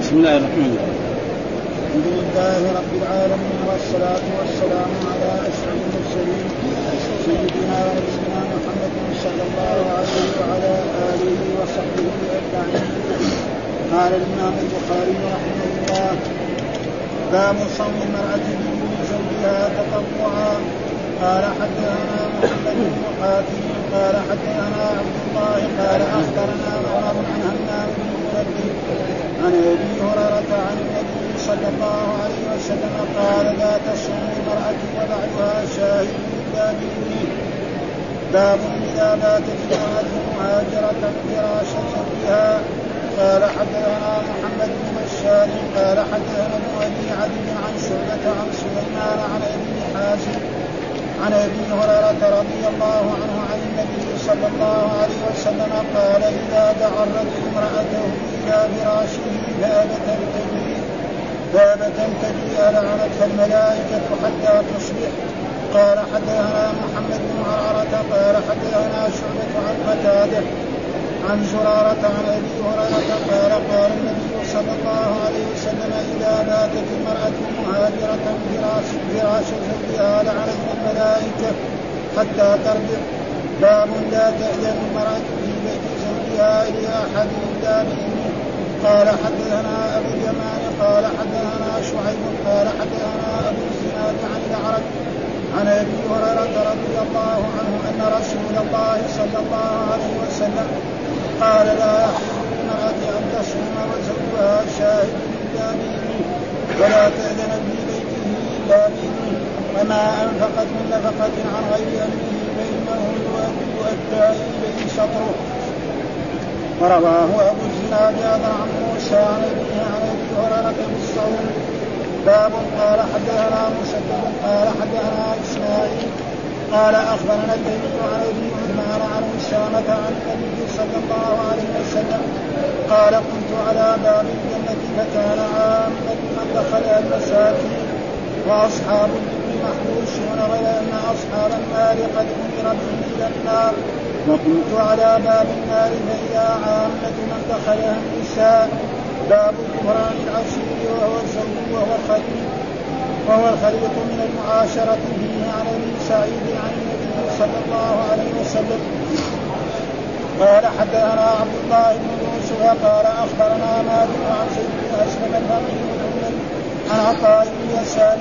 بسم الله الرحمن الرحيم. الحمد لله رب العالمين والصلاة والسلام على أشرف المرسلين سيدنا ونبينا محمد صلى الله عليه وعلى آله وصحبه أجمعين. قال الإمام البخاري رحمه الله: باب صوم المرأة بدون زوجها تطوعا. قال حدثنا محمد بن مقاتل قال حدثنا عبد الله قال أخبرنا عمر عن همام بن منبه عن أبي هريرة عن النبي صلى الله عليه وسلم قال: لا تصوم المرأة وبعدها شاهد إلا بإذنه. باب إذا باتت المرأة مهاجرة فراشا زوجها. قال حدثنا محمد بن بشار قال حدثنا ابن أبي عدي عن شعبة عن سليمان عن أبي حازم عن أبي هريرة رضي الله عنه عن النبي صلى الله عليه وسلم قال: إذا دعا الرجل امرأته إلى فراشه ذهبت تجري لعنتها الملائكة حتى تصبح. قال حدثنا محمد بن عرعرة قال حدثنا شعبة عن قتادة عن زرارة عن أبي هريرة قال: قال النبي صلى الله عليه وسلم: إذا باتت المرأة مهاجرة فراش زوجها لعنتها الملائكة حتى ترجع. باب لا تأذن المرأة في بيت زوجها إلى أحد إلا بإذنه. قال حدثنا أبو اليمان قال حدثنا شعيب قال حدثنا أبو الزناد عن الأعرج عن أبي هريرة رضي الله عنه أن رسول الله صلى الله عليه وسلم قال: لا يحل للمرأة أن تصوم وزوجها شاهد إلا بإذنه ولا تأذن في بيته إلا بإذنه، وما أنفقت من نفقة عن غير أمره فإنه يؤدى إليه شطره. ورواه أبو الزناد عن موسى عن أبي هريرة بالصوم. باب قال حدثنا مسدد قال حدثنا إسماعيل قال أخبرنا التيمي عن أبي عثمان عن أسامة عن النبي صلى الله عليه وسلم قال: كنت على باب الجنة فكان عامة من دخل المساكين وأصحاب الجنة محبوسون، ولأن أصحاب النار قد أمر بهم إلى النار. وكنت على باب النار فإذا عامة من دخلها النساء. باب كفران العشير وهو الخليط من المعاشرة فيه. عن أبي سعيد عن النبي صلى الله عليه وسلم قال حدثنا عبد الله بن يوسف قال أخبرنا مالك عن زيد بن أسلم الفقيه عن عطاء بن يسار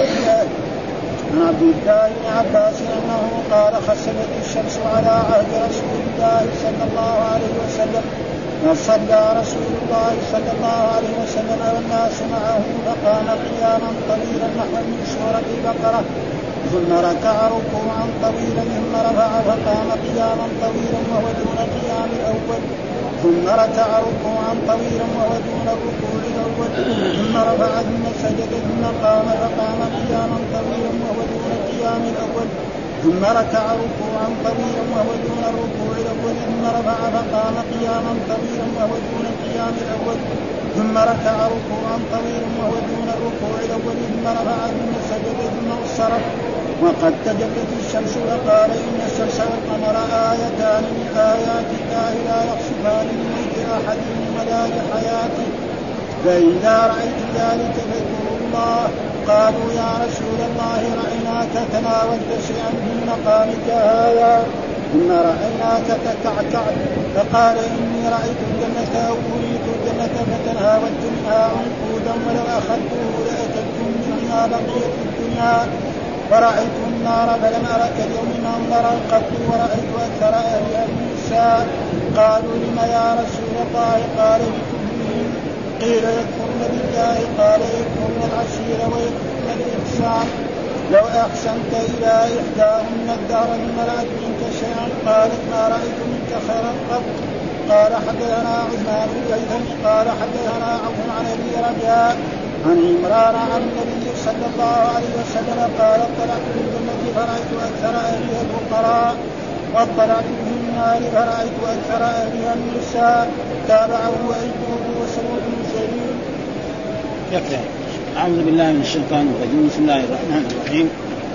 عن عبد الله بن عباس أنه قال: خسفت الشمس على عهد رسول الله صلى الله عليه وسلم وصلى رسول الله صلى الله عليه وسلم والناس معه فقام قياما طويلا نحو من سورة البقرة ثم ركع ركوعا طويلا ثم رفع فقام قياما طويلا وهو دون قيام الأول ثم ركع ركوعا طويلا وهو دون الركوع الأول ثم رفع ثم سجد ثم قام فقام قياما طويلا وهو دون قيام الأول ثم ركع ركوعا طويلا وهو دون الركوع الأول ثم رفع فقام قياما طويلا وهو دون القيام الأول ثم ركع ركوعا طويلا وهو دون الركوع الأول ثم رفع ثم سجد ثم انصرف. وقد تجلت الشمس وقال: إن الشمس والقمر آيتان من آيات الله لا يخسفان لموت أحد ولا لحياته، فإذا رأيت ذلك فاذكروا الله. قالوا: يا رسول الله رأيناك تناولت شيئا في مقامك هذا ثم رأيناك تكعكعت. فقال: إني رأيت الجنة أو أريت الجنة فتناولت منها عنقودا ولو أخذته لأكلت منها بقية الدنيا. ورأيت النار فلم أرك اليوم منظرا قط ورأيت أكثر أهلها النساء. قالوا: لم يا رسول الله؟ قال: بكفرهم. قيل: يكفرن بالله؟ قال: يكفرن العشير ويكفرن الإحسان. لو أحسنت إلى إحداهن الدهر ثم رأت منك شيئا قالت: ما رأيت منك خيرا قط. قال حدثنا عثمان بن الهيثم قال حدثنا عوف عن أبي رجاء عن عمران عن النبي صلى الله عليه وسلم قال: اطلعت في الجنة فرأيت أكثر أهلها الفقراء واطلعت في النار فرأيت أكثر أهلها النساء. تابعه أيوب وسعيد بن جرير. يكفي. أعوذ بالله من الشيطان الرجيم. بسم الله الرحمن الرحيم.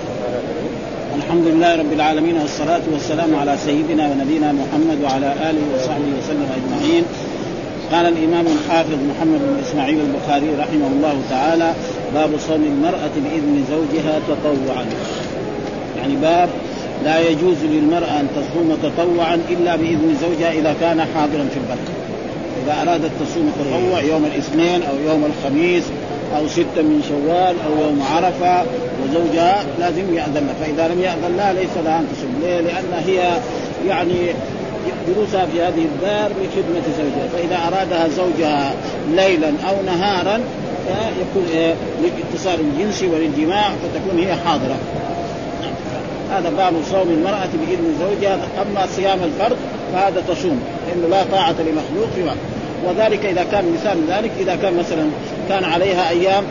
الحمد لله رب العالمين والصلاة والسلام على سيدنا ونبينا محمد وعلى آله وصحبه وسلم أجمعين. قال الإمام الحافظ محمد بن إسماعيل البخاري رحمه الله تعالى: باب صوم المرأة بإذن زوجها تطوعا. يعني باب لا يجوز للمرأة أن تصوم تطوعا إلا بإذن زوجها إذا كان حاضرا في البلد. إذا أرادت تصوم تطوع يوم الاثنين أو يوم الخميس أو 6 من شوال أو يوم عرفة وزوجها لازم يأذن لها، فإذا لم يأذن لها ليس لها أن تصوم. ليه؟ لأن هي يعني جلوسها في هذه الدار لخدمة زوجها، فإذا أرادها زوجها ليلا أو نهارا يكون للاتصال الجنسي وللجماع فتكون هي حاضرة. هذا باب صوم المرأة بإذن زوجها. أما صيام الفرض فهذا تصوم، لأنه لا طاعة لمخلوق في وقت. وذلك إذا كان مثال ذلك إذا كان مثلا كان عليها أيام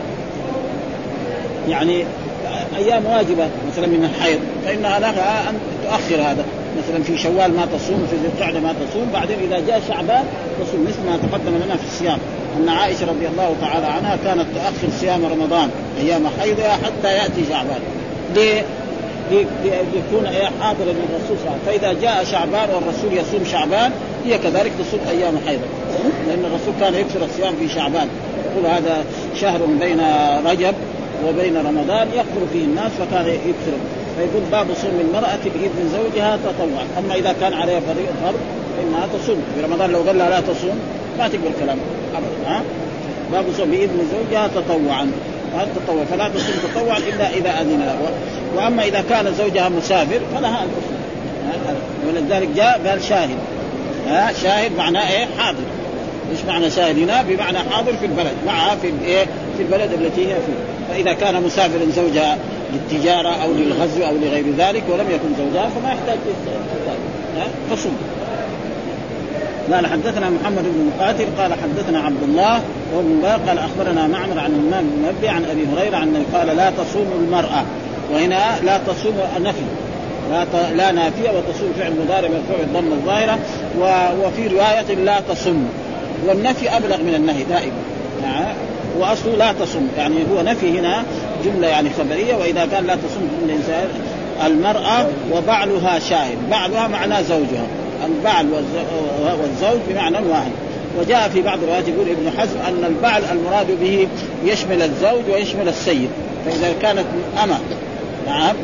يعني أيام واجبة مثلا من الحيض فإنها لها أن تؤخر هذا، مثلا في شوال ما تصوم، في ذي القعدة ما تصوم، بعدين إذا جاء شعبان تصوم، مثل ما تقدم لنا في الصيام أن عائشة رضي الله تعالى عنها كانت تؤخر صيام رمضان أيام حيضها حتى يأتي شعبان. ليه؟ ليكون حاضرا للرسول صلى الله عليه وسلم، فإذا جاء شعبان والرسول يصوم شعبان هي كذلك تصوم أيام حيضة، لأن الرسول كان يكثر الصيام في شعبان، يقول هذا شهر بين رجب وبين رمضان يكثر فيه الناس فكان يكثر. فيقول باب صوم المرأة بإذن زوجها تطوعا. أما إذا كان عليها فرض فإنها تصوم في رمضان، لو قال لها لا تصوم ما تقبل كلام أبدا. باب صوم بإذن زوجها تطوعا، هذا تطوع، فلا تصوم تطوعا إلا إذا أذن له. وأما إذا كان زوجها مسافر فلها أن تصوم. ولذلك جاء قال شاهد. شاهد معناه إيه؟ حاضر. إيش معنى شاهد هنا؟ بمعنى حاضر في البلد معها في البلد التي هي فيه. فإذا كان مسافرا زوجها للتجارة أو للغزو أو لغير ذلك ولم يكن زوجها فما يحتاج تصوم. قال حدثنا محمد بن مقاتل قال حدثنا عبد الله وابن باق قال أخبرنا معمر عن همام بن منبه عن أبي هريرة عن قال لا تصوم المرأة. وهنا لا تصوم نفي، لا نافية، وتصوم فعل مضارع مرفوع الضمة الظاهرة. وفي رواية لا تصم، والنفي أبلغ من النهي دائما. وأصله لا تصم يعني هو نفي هنا جملة يعني خبرية. وإذا كان لا تصم الإنسان المرأة وبعلها شاهد، بعلها معناه زوجها، البعل والزوج بمعنى واحد. وجاء في بعض الروايات يقول ابن حزم أن البعل المراد به يشمل الزوج ويشمل السيد، فإذا كانت أمة نعم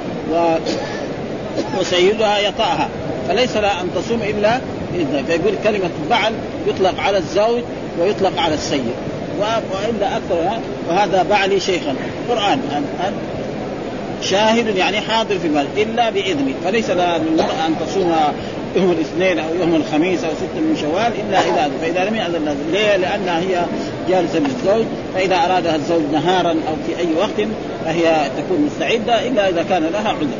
وسيدها يطأها فليس لها أن تصوم إلا بإذنه. فيقول كلمة بعل يطلق على الزوج ويطلق على السيد وإلا أكثر. وهذا بعلي شيخا قرآن شاهد يعني حاضر في البلد إلا بإذنه، فليس لها للمرأة أن تصوم يوم الاثنين أو يوم الخميس أو 6 من شوال إلا إذا أذن. فإذا لم يأذن ليه؟ لأنها هي جالسة للزوج، فإذا أرادها الزوج نهارا أو في أي وقت فهي تكون مستعدة إلا إذا كان لها عذر.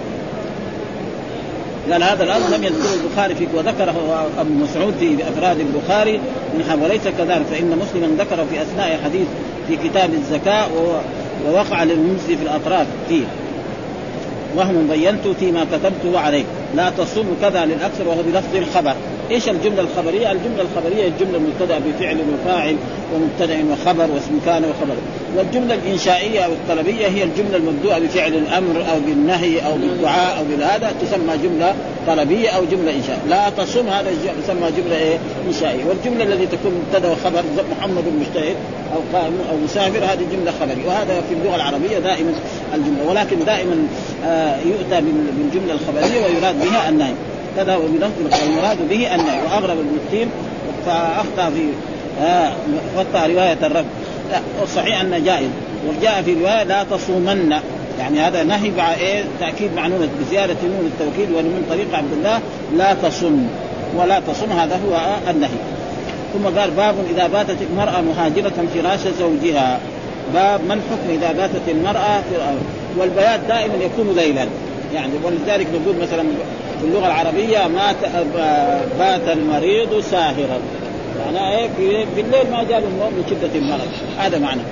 قال هذا الأمر لم يذكره البخاري فيك، وذكره أبو مسعود في أفراد البخاري وليس كذلك، فإن مسلما ذكر في أثناء حديث في كتاب الزكاة ووقع للممسي في الأطراف فيه وهم بينت فيما كتبته عليه لا تصوم كذا للأكثر، وهو بلفظ الخبر. إيش الجملة الخبرية؟ الجملة الخبرية الجملة المبتدأ بفعل وفاعل ومبتدأ وخبر واسم كان وخبر. والجملة الإنشائية أو الطلبية هي الجملة المبدوءة بفعل الأمر أو بالنهي أو بالدعاء أو بالهذا تسمى جملة طلبية أو جملة إنشاء. لا تصوم هذا يسمى جملة إنشائية. والجملة التي تكون مبتدأ وخبر محمد مجتهد أو قائم أو مسافر هذه جملة خبرية. وهذا في اللغة العربية دائما الجملة، ولكن دائما يؤتى بالجملة الخبرية ويراد بها النهي كذا، وبلفظ المراد به النهي. وأغرب المفتين فأخطأ في خطأ رواية الرب، لا الصحيح أن جائز. وجاء في رواية لا تصومن، يعني هذا نهي مع تأكيد مع نون بزيادة نون التوكيد ومن طريق عبد الله لا تصم ولا تصم، هذا هو النهي. ثم قال باب إذا باتت المرأة مهاجرة فراش زوجها. باب من حكم إذا باتت المرأة والبيات دائما يكون ليلا، يعني ولذلك نقول مثلا في اللغة العربية بات المريض ساهرا، يعني في الليل ما جاب النوم من شدة المرض، هذا معنى.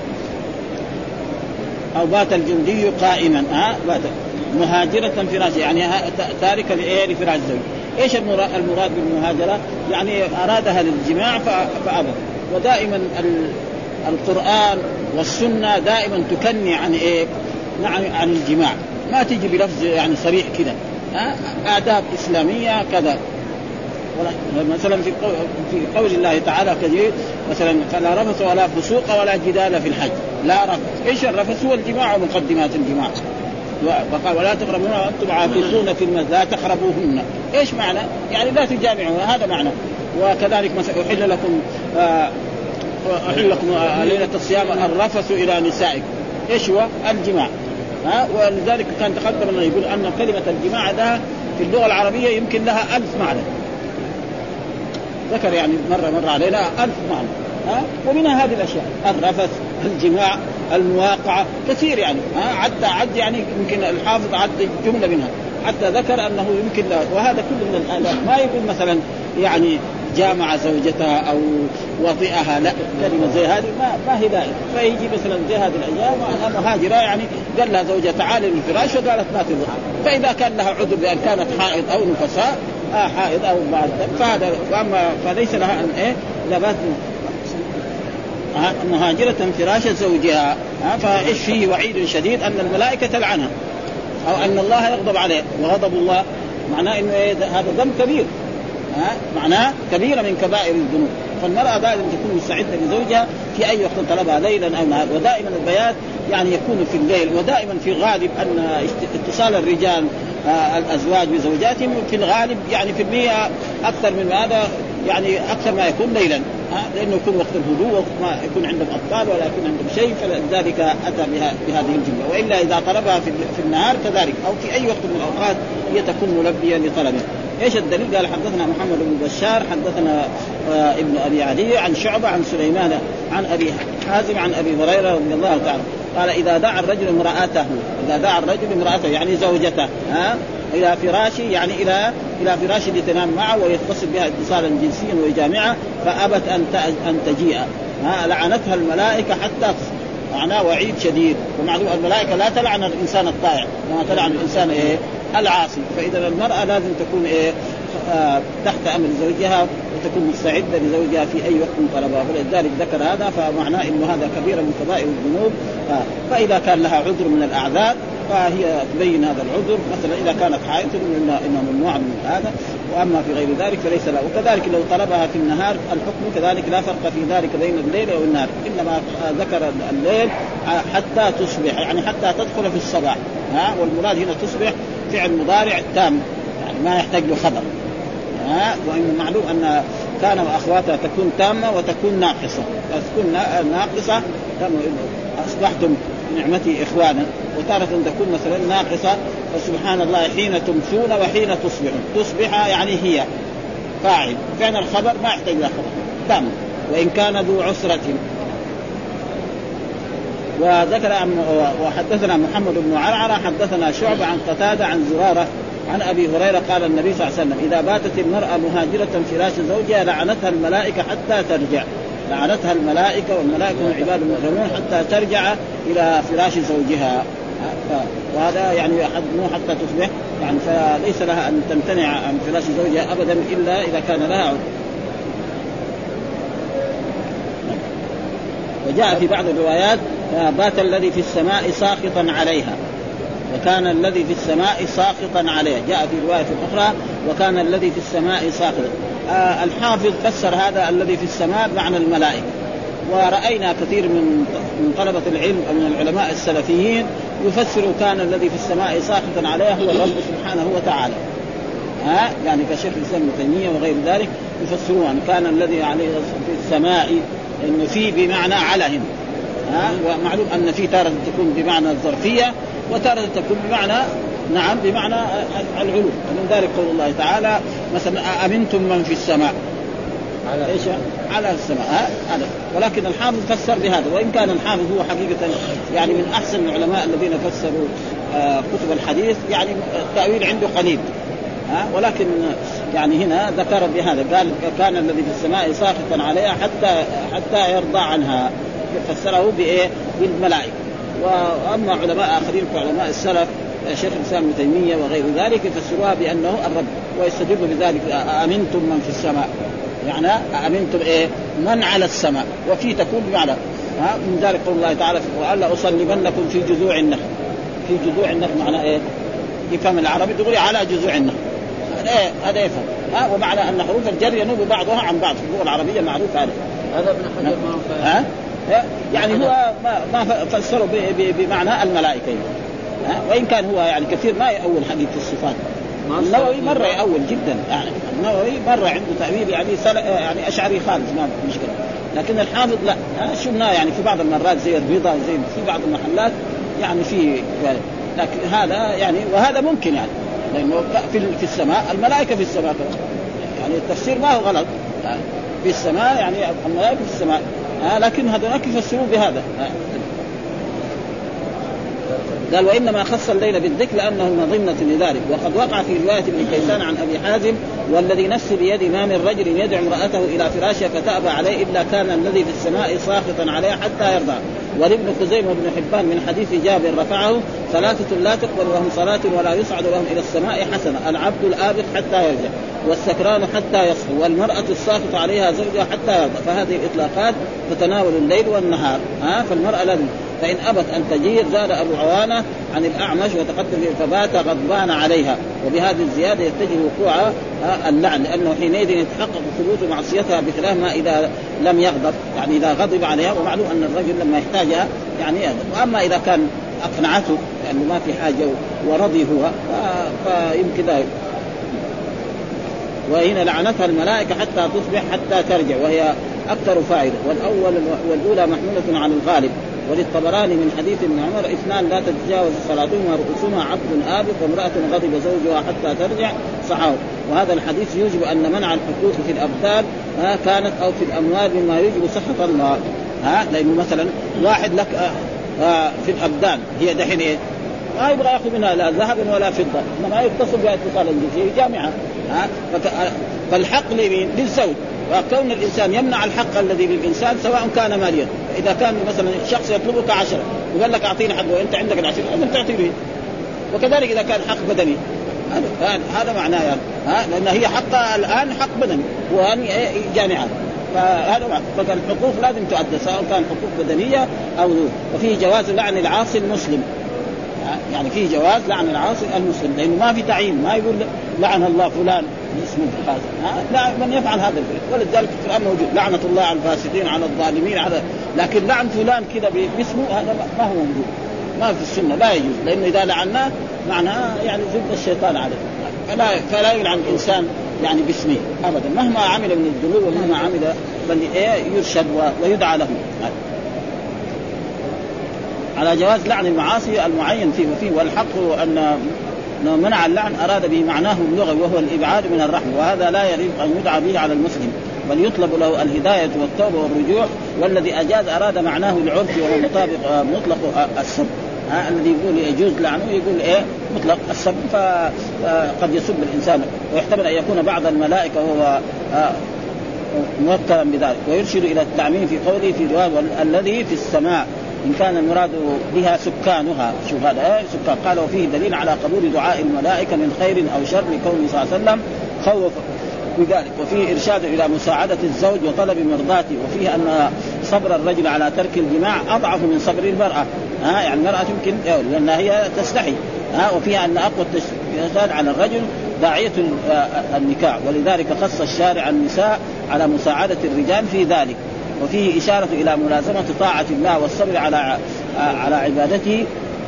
أو بات الجندي قائما، بات مهاجرة فراش يعني تاركة لفراش الزوج. إيش المراد بالمهاجرة؟ يعني أرادها للجماع فأبى. ودائما القرآن والسنة دائما تكني عن عن الجماع، ما تيجي بلفظ يعني صريح كده، آداب إسلامية كذا. مثلا في قول الله تعالى كثير مثلا فلا رفث ولا فسوق ولا جدال في الحج. لا رفث، ايش الرفث؟ هو الجماع ومقدمات الجماع. وقال ولا تقربون وانتم عاكفون في المسجد، لا تقربوهن. ايش معنى؟ يعني لا تجامعون، هذا معنى. وكذلك مثلا أحل لكم ليلة الصيام الرفث إلى نسائكم، ايش هو؟ الجماع. ولذلك كان تقدم أنه يقول أن كلمة الجماع ده في اللغة العربية يمكن لها 1000 معنى، ذكر يعني مرة علينا 1000 معنى. ومنها هذه الأشياء، الرفث، الجماع، المواقعة، كثير يعني. عد يعني يمكن الحافظ عد جملة منها، حتى ذكر أنه يمكن وهذا كله من الآلات. ما يقول مثلا يعني جامع زوجتها أو وطئها، لا، كلمة زي هذه ما هي دائما. فيجي مثلا زي هذه الأيام أنا مهاجرة، يعني قال لها زوجة تعالي للفراش وقالت ما تبغى، فإذا كان لها عذر بأن كانت حائض أو نفساء حائض أو بعد فهذا، وأما فليس لها أن لبات مهاجرة فراش زوجها. فإيش فيه وعيد شديد أن الملائكة تلعنها أو أن الله يغضب عليه، وغضب الله معناه إنه هذا ذنب كبير، معناه كبيرة من كبائر الذنوب. فالمرأة لازم تكون مستعدة لزوجها في أي وقت طلبها، ليلا أو نهار. ودائما البيات يعني يكون في الليل، ودائما في غالب أن اتصال الرجال الأزواج بزوجاتهم في الغالب يعني في المية أكثر من هذا، يعني أكثر ما يكون ليلا، لأنه يكون وقت الهدوء، وقت ما يكون عندهم أطفال ولا يكون عندهم شيء، فلذلك أتى بهذه الجملة. وإلا إذا طلبها في النهار كذلك أو في أي وقت من الأوقات هي تكون ملبية لطلبه. ايش الدليل؟ قال حدثنا محمد بن بشار حدثنا ابن ابي عدي عن شعبة عن سليمان عن ابي حازم عن ابي هريرة رضي الله تعالى قال اذا دعا الرجل امراته يعني زوجته الى فراشه، يعني الى فراشه لتنام معه ويتصل بها اتصالا جنسيا ويجامعها، فابت ان تجيء لعنتها الملائكه حتى تصبح. معناه وعيد شديد. ومعلوم الملائكه لا تلعن الانسان الطائع وما تلعن الانسان العاصي. فإذا المرأة لازم تكون تحت أمر زوجها وتكون مستعدة لزوجها في أي وقت طلبها. ولذلك ذكر هذا، فمعناه إنه هذا كبيرة من كبائر الذنوب. فإذا كان لها عذر من الأعذار فهي تبين هذا العذر، مثلا إذا كانت حائض إنه ممنوع من هذا، وأما في غير ذلك فليس له. وكذلك لو طلبها في النهار الحكم كذلك لا فرق في ذلك بين الليل والنهار، إنما ذكر الليل حتى تصبح، يعني حتى تدخل في الصباح. والمراد هنا تصبح فعل مضارع تام، يعني ما يحتاج له خبر. وإن معلوم أن كان وأخواتها تكون تامة وتكون ناقصة. تكون ناقصة أصبحتم نعمتي إخوانا، وتارة تكون مثلا ناقصة فسبحان الله حين تمسون وحين تصبحون. تصبح يعني هي فاعل، كان الخبر ما يحتاج له خبر تام. وإن كان ذو عسرة. وذكر وحدثنا محمد بن عرعرة حدثنا شعبة عن قتادة عن زرارة عن أبي هريرة قال النبي صلى الله عليه وسلم إذا باتت المرأة مهاجرة فراش زوجها لعنتها الملائكة حتى ترجع. لعنتها الملائكة، والملائكة هم عباد مكرمون، حتى ترجع إلى فراش زوجها. وهذا يعني حتى تصبح، يعني فليس لها أن تمتنع عن فراش زوجها أبدا إلا إذا كان لها عذر. وجاء في بعض الروايات بات الذي في السماء ساخطا عليها، وكان الذي في السماء ساخطا عليها. جاء في رواية أخرى وكان الذي في السماء ساخطا. الحافظ فسر هذا الذي في السماء معنى الملائكة. ورأينا كثير من طلبة العلم أو من العلماء السلفيين يفسروا كان الذي في السماء ساخطا عليها هو الرب سبحانه وتعالى. يعني كشيخ الإسلام ابن تيمية وغير ذلك يفسرون أن كان الذي عليه في السماء إنه في بمعنى على هنا. ومعلوم أن في تارة تكون بمعنى الظرفية وتارة تكون بمعنى بمعنى العلو. ومن ذلك قول الله تعالى مثلا أأمنتم من في السماء على إيش؟ على السماء. ولكن الحافظ فسر بهذا، وإن كان الحافظ هو حقيقة يعني من أحسن العلماء الذين فسروا كتب الحديث، يعني التأويل عنده قليل. ولكن يعني هنا ذكر بهذا، قال كان الذي في السماء ساخطا عليها حتى يرضى عنها، فسره بالملائكة. وأما علماء آخرين كعلماء السلف شيخ الإسلام ابن تيمية وغير ذلك يفسروها بأنه الرب، ويستدل بذلك أأمنتم من في السماء، يعني أأمنتم من على السماء، وفي تكون بمعنى من ذلك قول الله تعالى وقال لأصلبنكم في جذوع النخل. في جذوع النخل معنى يفهم العربي تقولي على جذوع النخل، هذا يفهم. ومعنى أن حروف الجر ينوب بعضها عن بعض في اللغة العربية معروف هذا. هذا ابن حجر ما يعني هو ما فسره بمعنى الملائكة، وإن كان هو يعني كثير ما يأول حديث الصفات. النووي مرة يأول جدا، يعني النووي مرة عنده تأويل يعني أشعري خالص ما مشكلة، لكن الحافظ لا. شفناه يعني في بعض المرات زي الرضا، زي في بعض المحلات يعني في، لكن هذا يعني وهذا ممكن يعني لأنه في السماء الملائكة في السماء يعني التفسير ما هو غلط، في السماء يعني الملائكة في السماء، لكن هذول يفسرون بهذا. قال وإنما خص الليل بالذكر لأنه مظنة لذلك. وقد وقع في رواية ابن كيسان عن أبي حازم والذي نفسي بيد ما من رجل يدعو امرأته إلى فراشها فتأبى عليه إلا كان الذي في السماء ساخطا عليها حتى يرضى. ولابن خزيمة وابن حبان من حديث جابر رفعه ثلاثة لا تقبل لهم صلاة ولا يصعد لهم إلى السماء حسنة: العبد الآبق حتى يرجع، والسكران حتى يصحو، والمرأة الساخط عليها زوجها حتى يرضى. فهذه الإطلاقات تتناول الليل والنهار. فالمرأة لازم، فإن أبت أن تجير زاد أبو عوانة عن الأعمش وتقدم فبات غضبان عليها. وبهذه الزيادة يتجه وقوع اللعن، لأنه حينئذ يتحقق ثبوت معصيتها بخلاف ما إذا لم يغضب، يعني إذا غضب عليها. ومعلوم أن الرجل لما يحتاجها يعني يغضب. وأما إذا كان أقنعته لأنه ما في حاجة ورضي هو فيمكن ذلك. وهنا لعنتها الملائكة حتى تصبح حتى ترجع، وهي أكثر فائدة. والأولى محمولة عن الغالب. وللطبراني من حديث ابن عمر: اثنان لا تتجاوز صلاتهما رؤوسهما: عبد آبق وامرأة غضب زوجها حتى ترجع. صحاح. وهذا الحديث يوجب أن منع الحقوق في الأبدان كانت أو في الأموال مما يوجب صحة الله. لأنه مثلا واحد لك في الأبدان هي دحين إيه؟ ما يبغى يأخذ منها لا ذهب ولا فضة، إنما يتصل بها اتصالا جنسيا جامعة. فالحق للزوج. وكون الإنسان يمنع الحق الذي للإنسان سواء كان ماليا. إذا كان مثلا شخص يطلبك 10 وقال لك أعطيني حق وأنت عندك 10 لازم تعطيه. وكذلك إذا كان حق بدني هذا معناه يعني لأن هي حق الآن حق بدني وأن جامعة. فهذا فالحقوق لازم تؤدى سواء كان حقوق بدنية أو. وفيه جواز لعن العاصي المسلم، يعني فيه جواز لعن العاصي المسلم، لأنه ما في تعيين، ما يقول لعن الله فلان اسمه الفاسق، لا من يفعل هذا الفعل. ولذلك في القرآن موجود لعنة الله على الفاسقين على الظالمين على، لكن لعن فلان كذا باسمه هذا ما هو موجود، ما في السنة، لا يجوز. لأنه إذا لعناه معناه يعني زد الشيطان عليه. فلا يلعن الإنسان يعني باسمه أبدا مهما عمل من الذنوب ومهما عمل، بل يرشد ويدعى له على جواز لعن المعاصي المعين فيه. والحق أن منع اللعن أراد به معناه اللغوي وهو الإبعاد من الرحمة، وهذا لا يريد أن يدعى به على المسلم، بل يطلب له الهداية والتوبة والرجوع. والذي أجاز أراد معناه العرف وهو مطابق مطلق السب. الذي يقول يجوز لعنه يقول مطلق السب، فقد يسب الإنسان. ويحتمل أن يكون بعض الملائكة وهو موكلا بذلك. ويرشد إلى التعميم في قوله في رواية الذي في السماء إن كان المراد بها سكانها. شوف هذا سكان. قال وفيه دليل على قبول دعاء الملائكة من خير أو شر لكونه صلى الله عليه وسلم خوف بذلك. وفيه إرشاد إلى مساعدة الزوج وطلب مرضاته. وفيه أن صبر الرجل على ترك الجماع أضعف من صبر المرأة. يعني المرأة يمكن لأنها هي تستحي. وفيها أن أقوى التشديد على الرجل داعية النكاح، ولذلك خص الشارع النساء على مساعدة الرجال في ذلك. وفيه إشارة إلى ملازمة طاعة الله والصبر على عبادته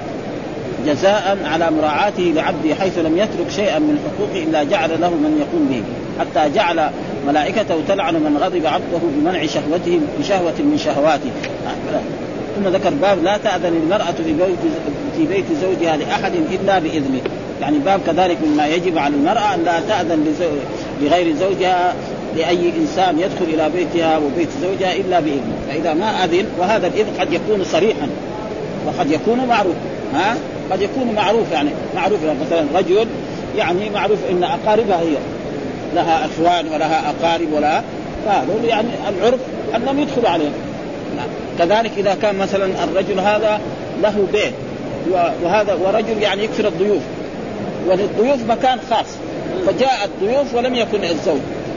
جزاء على مراعاته لعبده، حيث لم يترك شيئا من حقوقه إلا جعل له من يقوم به، حتى جعل ملائكته تلعن من غضب عبده بمنع شهوته بشهوة من شهواته. ثم ذكر باب لا تأذن المرأة في بيت زوجها لأحد إلا بإذنه. يعني باب كذلك مما يجب على المرأة أن لا تأذن لغير زوجها لأي إنسان يدخل إلى بيتها وبيت زوجها إلا بإذنه. فإذا ما أذن، وهذا الإذن قد يكون صريحا وقد يكون معروف. قد يكون معروف، يعني معروف مثلا رجل يعني معروف إن أقاربها هي لها أخوان ولها أقارب ولا فهذول يعني العرف أنهم يدخلوا عليهم. كذلك إذا كان مثلا الرجل هذا له بيت وهذا ورجل يعني يكثر الضيوف، وللضيوف مكان خاص، فجاء الضيوف ولم يكن الزوج،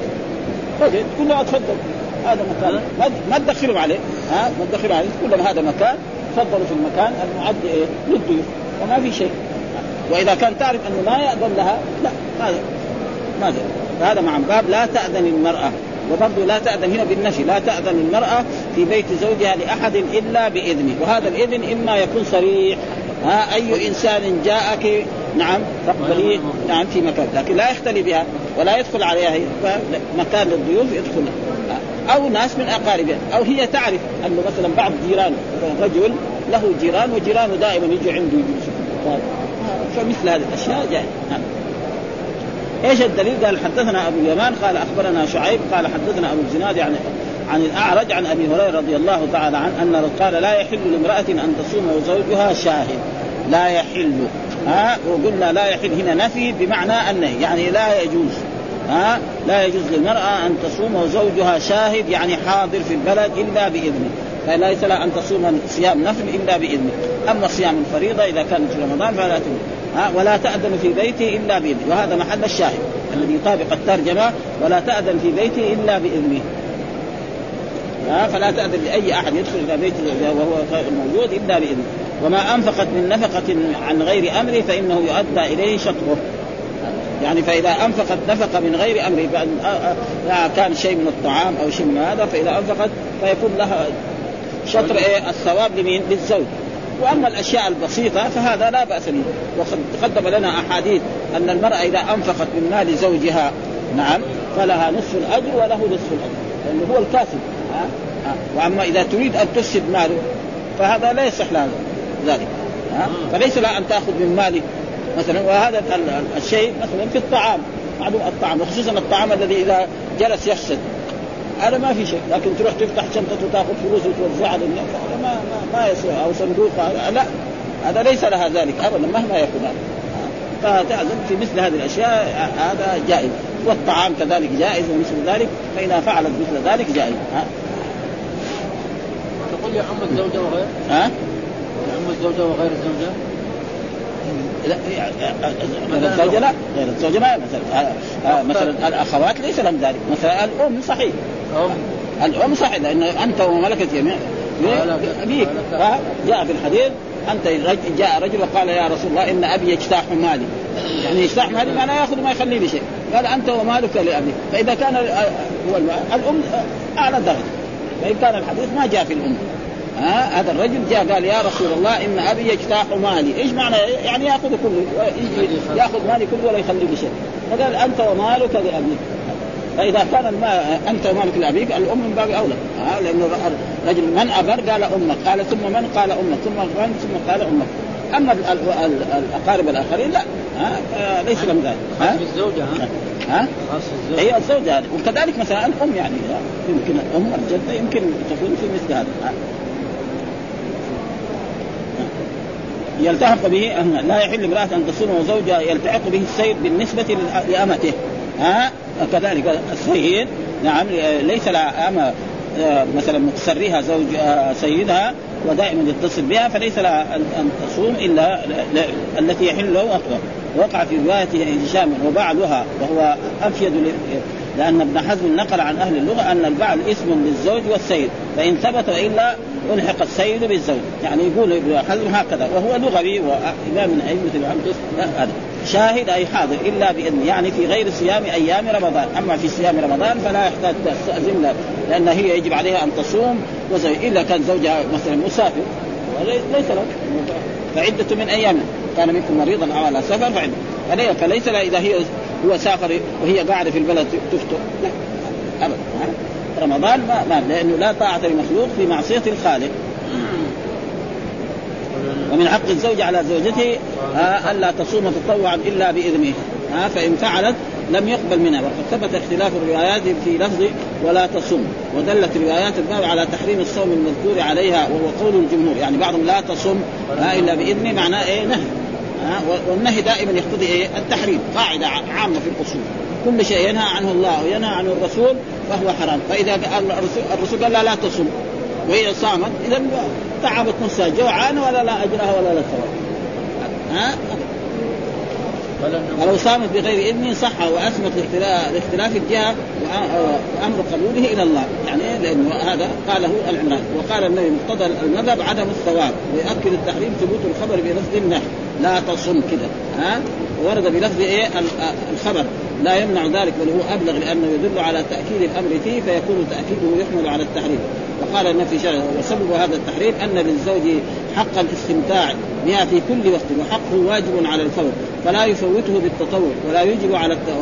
تقول له اتفضل هذا مكان، ما تدخلوا عليه، ما تدخلوا عليه، تقول لهم هذا مكان، تفضلوا في المكان المعد للضيوف وما في شيء. وإذا كان تعرف أنه ما يأذن لها لا ماذا؟ فهذا مع باب لا تأذن المرأة. وبرضه لا تأذن هنا بالنفي، لا تأذن المرأة في بيت زوجها لأحد إلا بإذنه. وهذا الإذن إما يكون صريح، أي إنسان جاءك نعم تقبليه نعم في مكان، لكن لا يختلي بها ولا يدخل عليها مكان للضيوف يدخل، أو ناس من أقاربها، أو هي تعرف أنه مثلا بعض جيران رجل له جيران وجيرانه دائما يجوا عنده يجلسوا، فمثل هذه الأشياء جائزة. ايش الدليل؟ قال حدثنا ابو اليمان قال اخبرنا شعيب قال حدثنا ابو الزناد عن الاعرج عن ابي هريره رضي الله تعالى عنه ان قال لا يحل لامراه ان تصوم وزوجها شاهد. لا يحل، وقلنا لا يحل هنا نفي بمعنى انه يعني لا يجوز، لا يجوز للمراه ان تصوم وزوجها شاهد يعني حاضر في البلد الا باذنه، فليس لها ان تصوم صيام نفل الا باذنه. اما صيام الفريضه اذا كانت في رمضان فلا تجوز. ولا تأذن في بيته إلا بإذنه، وهذا محل الشاهد الذي يطابق الترجمة ولا تأذن في بيته إلا بإذنه. فلا تأذن لأي أحد يدخل إلى بيته وهو موجود إلا بإذنه. وما أنفقت من نفقة عن غير أمره فإنه يؤدى إليه شطره. يعني فإذا أنفقت نفقة من غير أمره كان شيء من الطعام أو شيء من هذا، فإذا أنفقت فيكون لها شطر الثواب لمين؟ للزوج. وأما الأشياء البسيطة فهذا لا بأس به. وقد تقدم لنا أحاديث أن المرأة إذا أنفقت من مال زوجها نعم فلها نصف الأجر وله نصف الأجر، لأنه هو الكاسب. وأما إذا تريد أن تفسد ماله فهذا لا يصح لها ذلك. فليس لها أن تأخذ من ماله مثلا. وهذا الشيء مثلا في الطعام، معلوم الطعام وخصوصا الطعام الذي إذا جلس يفسد هذا ما في شيء، لكن تروح تفتح شنطة وتأخذ فلوس وتوزعها للناس ما يصير، أو صندوق لا، هذا ليس لها ذلك أبدا مهما يكون هذا. فتعزم في مثل هذه الأشياء هذا جائز. والطعام كذلك جائز ومثل ذلك، فإذا فعلت مثل ذلك جائز. تقول يا عم الزوجة وغير يا عم الزوجة وغير الزوجة لا غير الزوجة لا، غير الزوجة ما مثلا الأخوات ليس لهم ذلك. مثلا الأم صحيح، الأم صحيح لأن أنت وملكة يمين أبيك. جاء في الحديث أنت جاء رجل وقال يا رسول الله إن أبي يجتاح مالي، يعني يجتاح مالي ما لا يأخذ ما يخلي لي شيء. قال أنت ومالك لأبيك. فإذا كان الأم أعلى درجة، فإن كان الحديث ما جاء في الأم. هذا الرجل جاء قال يا رسول الله إن أبي يجتاح مالي. إيش معنى؟ يعني يأخذ كله، يأخذ مالي كله ولا يخلي لي شيء. فقال أنت ومالك لأبيك. فإذا كان أنت ومالك لأبيك الأم من باب أولى، لأن رجل من أبر قال أمك، قال ثم من قال أمك، ثم من ثم قال أمك. أما الأقارب الآخرين لا، ليس لهم ذلك. الزوجة هي الزوجة. وكذلك مثلا الأم، يعني يمكن الأم الجدة يمكن تكون في مثل هذا. يلتحق به لا يحل امرأة أن تصوم وزوجها يلتحق به السيد بالنسبة لأمته. كذلك السيد نعم ليس لها أما مثلا متسريها زوج سيدها ودائما يتصل بها، فليس لها أن تصوم إلا التي يحل له أقوى. وقع في رواية هشام وبعلها، وهو أفيد لأن ابن حزم نقل عن أهل اللغة أن البعل اسم للزوج والسيد، فإن ثبت وإلا ألحق السيد بالزوج. يعني يقول ابن حزم هكذا، وهو لغوي وإمام من أئمة العلم. شاهد أي حاضر إلا بإذن، يعني في غير صيام أيام رمضان. أما في صيام رمضان فلا يحتاج تستأذن له، لأن هي يجب عليها أن تصوم إلا كان زوجها مثلا مسافر ليس له، فعدة من أيام. كان منكم مريضا أو على سفر فليس لا إذا هو سافر وهي قاعدة في البلد تفطر، لا أبدا. رمضان ما لأنه لا طاعة لمخلوق في معصية الخالق. ومن حق الزوج على زوجته ألا تصوم تطوعا إلا بإذنه، فإن فعلت لم يقبل منها. وقد ثبت اختلاف الروايات في لفظ ولا تصوم، ودلت روايات الباب على تحريم الصوم المذكور عليها، وهو قول الجمهور. يعني بعضهم لا تصوم إلا بإذنه معناه نهي، والنهي دائما يقتضي التحريم. قاعدة عامة في الأصول، كل شيء ينهى عنه الله وينهى عنه الرسول فهو حرام. فإذا الرسول قال لا تصوم وهي صامت، إذا تعبت نفسها جوعان ولا لا أجرها ولا لا ثواب. ولو صامت بغير إذن صح وأثبت لاختلاف الجهة وأمر قبوله إلى الله، يعني لأنه هذا قاله العمران. وقال النبي مقتضى المذهب عدم الثواب، ويؤكد التحريم ثبوت الخبر بلفظ النهي. لا تصم كده ورد بلفظ إيه الخبر لا يمنع ذلك بل هو أبلغ لأنه يدل على تأكيد الأمر فيه فيكون تأكيده يحمل على التحريم. وقال النبي شرع وسبب هذا التحريم أن للزوج حق الاستمتاع بها في كل وقت وحقه واجب على الفور فلا يفوته بالتطوع ولا يجب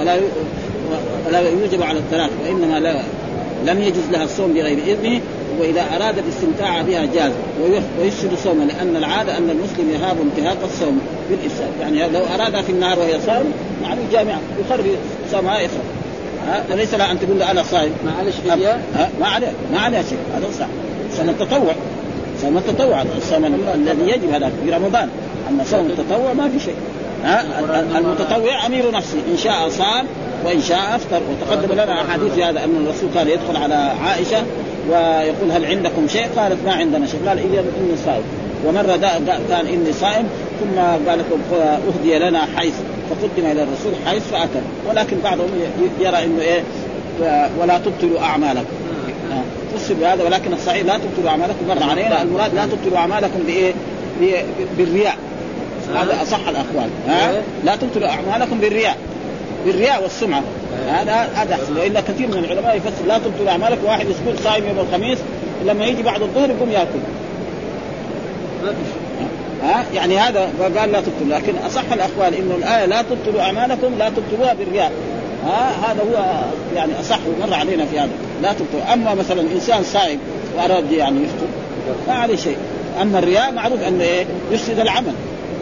على الثلاث وإنما لم يجوز لها الصوم بغير إذنه وإذا أراد الاستمتاع بها جاز ويفسد صومه لأن العادة أن المسلم يهاب انتهاك الصوم بالإفساد. يعني لو أرادها في النهار وهي صائم مع الجامعة يخرج صومها يخرج وليس لها أن تقول له أنا صائم ما عليش فدية ما عليه شيء. هذا صح صوم التطوع الصوم الذي يجب هذا في رمضان. أما صوم التطوع ما في شيء. المتطوع أمير نفسه إن شاء صام وإن شاء أفطر. وتقدم لنا أحاديث هذا أن الرسول كان يدخل على عائشة ويقول هل عندكم شيء؟ قالت ما عندنا شيء. قال إني صائم. ومرة كان إني صائم ثم قالت أهدي لنا حيث فقدم إلى الرسول حيث فأكل. ولكن بعضهم يرى إنه إيه ولا تبطلوا أعمالكم تصل بهذا ولكن الصحيح لا تبطلوا أعمالكم. مر علينا المراد لا تبطلوا أعمالكم بإيه بالرياء. هذا أصح الأقوال لا تبطلوا أعمالكم بالرياء والسمعة. هذا أحسن. وإلا كثير من العلماء يفسر لا تبطلوا أعمالكم واحد يقول صائم يوم الخميس لما يجي بعد الظهر يقوم يأكل يعني هذا قال لا تبطلوا. لكن أصح الأقوال إنه الآية لا تبطلوا أعمالكم لا تبطلوها بالرياء. هذا هو يعني أصح ومر علينا في هذا لا تبطلوا. أما مثلا إنسان صائم وأراد يعني يفطر ما عليه شيء. أما الرياء معروف أنه إيه يفسد العمل.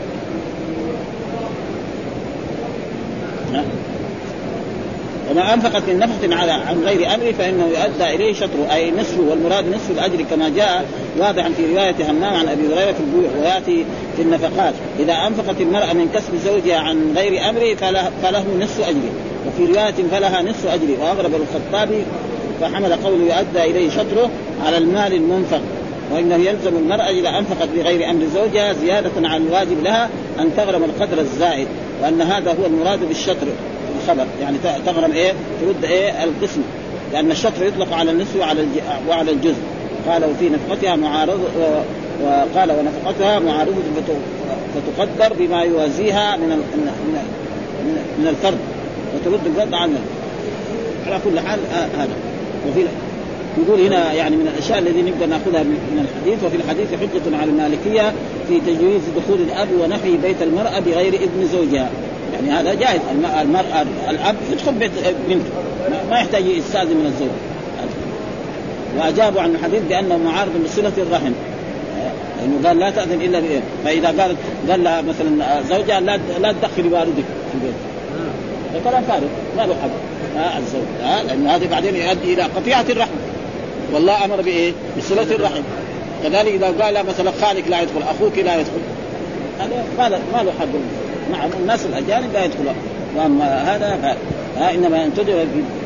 وما أنفقت من نفقة عن غير أمره فإنه يؤدى إليه شطره أي نصفه والمراد نصف الأجر كما جاء واضحا في رواية همام عن أبي هريرة في البيوع ويأتي في النفقات إذا أنفقت المرأة من كسب زوجها عن غير أمره فله نصف أجره وفي رواية فلها نصف أجره. وأغرب الخطابي فحمل قوله يؤدى إليه شطره على المال المنفق وإنه يلزم المرأة إذا أنفقت بغير أمر زوجها زيادة على الواجب لها أن تغرم القدر الزائد وأن هذا هو المراد بالشطر الخبر يعني تغرم إيه ترد إيه القسم لأن الشطر يطلق على النصف وعلى الجزء. قال وفي نفقتها معارض وقال ونفقتها معارضة فتقدر بما يوازيها من الفرد وترد الفرد عنه على كل حال. هذا وفي يقول هنا يعني من الأشياء الذي نقدر نأخذها من الحديث وفي الحديث حجة على المالكية في تجويز دخول الأب ونفي بيت المرأة بغير إذن زوجها. يعني هذا جائز. المرأة الأب يدخل بيت بنته ما يحتاج يستأذن من الزوج. وأجابوا عن الحديث بأنه معارض بصلة الرحم لأنه قال لا تأذن إلا بإيه. فإذا قال لها مثلا زوجها لا تدخلي والدك في البيت كلام فارغ ما له حق الزوج لأن هذا بعدين يؤدي إلى قطيعة الرحم. والله أمر بإيه بصلة الرحم. كذلك إذا قال مثلا خالك لا يدخل أخوك لا يدخل هذا ما له حق مع الناس الأجانب لا يدخلون. وأما هذا إنما ينتدب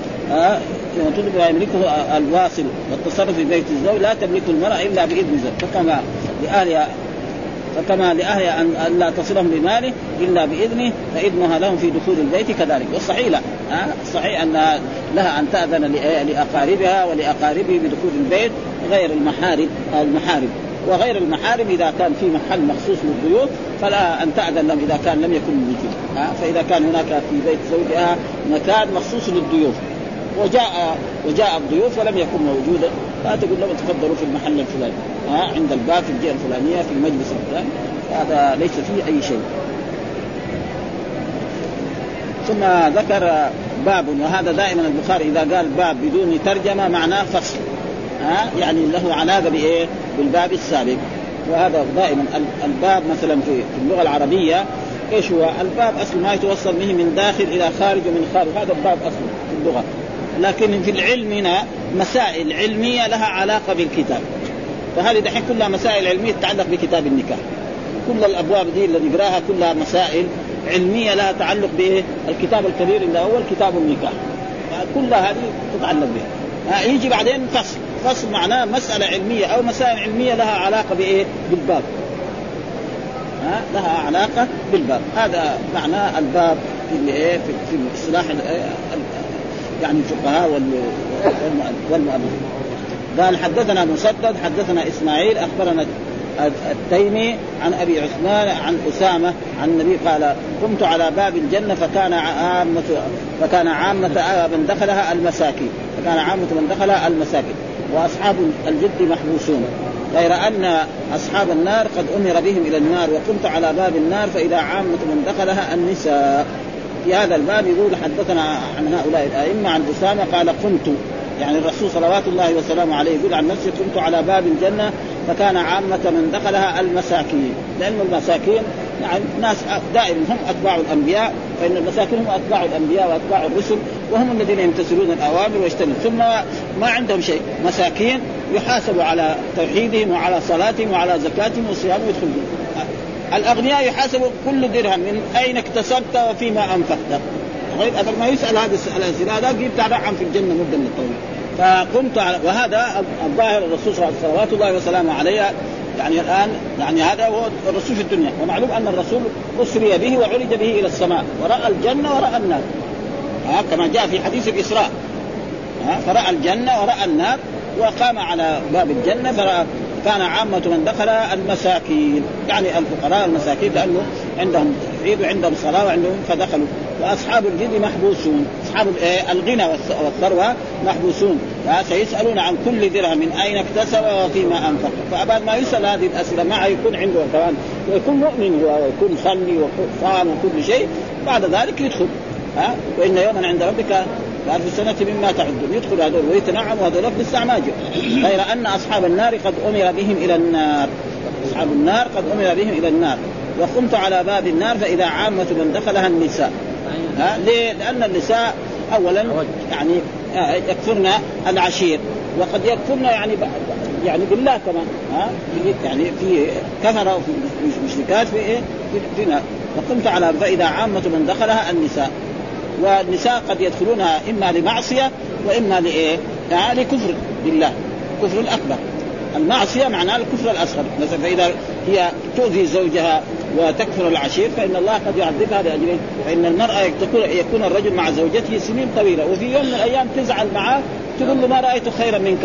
يملكه الواصل والتصرف في بيت الزوج لا تملك المرأة إلا بإذن زوج فكما لأهلها أن لا تصلهم بماله إلا بإذنه فإذنها لهم في دخول البيت كذلك. والصحيح لا الصحيح أن لها أن تأذن لأقاربها ولأقاربه بدخول البيت غير المحارم وغير المحارم إذا كان في محل مخصوص للضيوف فلا أن تأذن لهم إذا كان لم يكن موجود. فإذا كان هناك في بيت زوجها مكان مخصوص للضيوف وجاء الضيوف ولم يكن موجودا فتقول لهم تفضلوا في المحل الفلاني عند الباب في الجهة الفلانية في المجلس الفلاني. هذا ليس فيه أي شيء. ثم ذكر باب وهذا دائما البخاري إذا قال باب بدون ترجمة معناه فصل يعني له علاقة بإيه بالباب السابق. وهذا دائما الباب مثلا في اللغة العربية إيش هو الباب أصل ما يتوصل به من داخل إلى خارج ومن خارج هذا الباب أصل في اللغة. لكن في العلم هنا مسائل علمية لها علاقة بالكتاب فهذه دحين كلها مسائل علمية تتعلق بكتاب النكاح. كل الأبواب دي اللي نقراها كلها مسائل علمية لها تعلق بالكتاب الكبير اللي هو كتاب النكاح كلها هذه تتعلق بها. يجي بعدين فصل معناه مسألة علمية أو مسائل علمية لها علاقة بإيه بالباب لها علاقة بالباب. هذا معناه الباب في الاصطلاح يعني الفقهاء والمؤلفين. قال حدثنا مسدد حدثنا إسماعيل أخبرنا التيمي عن أبي عثمان عن أسامة عن النبي قال قمت على باب الجنة فكان عامة من دخلها المساكين وأصحاب الجد محبوسون، غير أن أصحاب النار قد أمر بهم إلى النار. وقمت على باب النار فإذا عامة من دخلها النساء. في هذا الباب يقول حدثنا عن هؤلاء الأئمة عن أسامة قال قمت، يعني الرسول صلوات الله وسلامه عليه يقول عن نفسه قمت على باب الجنة فكان عامة من دخلها المساكين، لأن المساكين يعني ناس دائما هم أتباع الأنبياء، فإن المساكين هم أتباع الأنبياء وأتباع الرسل، وهم الذين يمتثلون الأوامر ويجتنبون، ثم ما عندهم شيء. مساكين يحاسبوا على توحيدهم وعلى صلاتهم وعلى زكاتهم وصيامهم ويدخلون. الأغنياء يحاسبوا كل درهم من أين اكتسبت وفيما أنفقت، غير ما يسأل هذا الأسئلة هذا جبت رعا في الجنة مدة من الطويل. فقمت وهذا الظاهر الرسول صلوات الله وسلامه عليه، يعني الآن يعني هذا هو الرسول في الدنيا، ومعلوم أن الرسول أسري به وعرج به إلى السماء ورأى الجنة ورأى النار، كما جاء في حديث الإسراء، فرأى الجنة ورأى النار وقام على باب الجنة كان عامة من دخل المساكين، يعني الفقراء المساكين، لأنه عندهم توحيد وعندهم صلاة وعندهم فدخلوا. وأصحاب الجد محبوسون، أصحاب الغنى والثروة محبوسون، سيسألون عن كل درهم من أين اكتسب وفيما أنفق. فأبعد ما يسأل هذه الأسئلة معه يكون عنده كمان ويكون مؤمن ويكون صلي وصام وكل شيء، بعد ذلك يدخل. وإن يوما عند ربك كألف سنة مما تعدون، يدخل هذول ويتنعم وهذول في السعماجة. غير أن أصحاب النار قد أمر بهم إلى النار، أصحاب النار قد أمر بهم إلى النار. وقمت على باب النار فإذا عامة من دخلها النساء. ليه؟ لأن النساء أولا يعني يكفرن العشير، وقد يكفرن يعني بالله كمان، يعني في كفرة وفي مشركات في نار. وقمت على فإذا عامة من دخلها النساء، والنساء قد يدخلونها إما لمعصية وإما لكفر بالله، كفر الأكبر. المعصية معناها الكفر الأصغر، مثلا فإذا هي تؤذي زوجها وتكفر العشير فإن الله قد يعذبها لأجله. فإن المرأة يكون الرجل مع زوجته سنين طويلة، وفي يوم من الأيام تزعل معه تقول له ما رأيت خيرا منك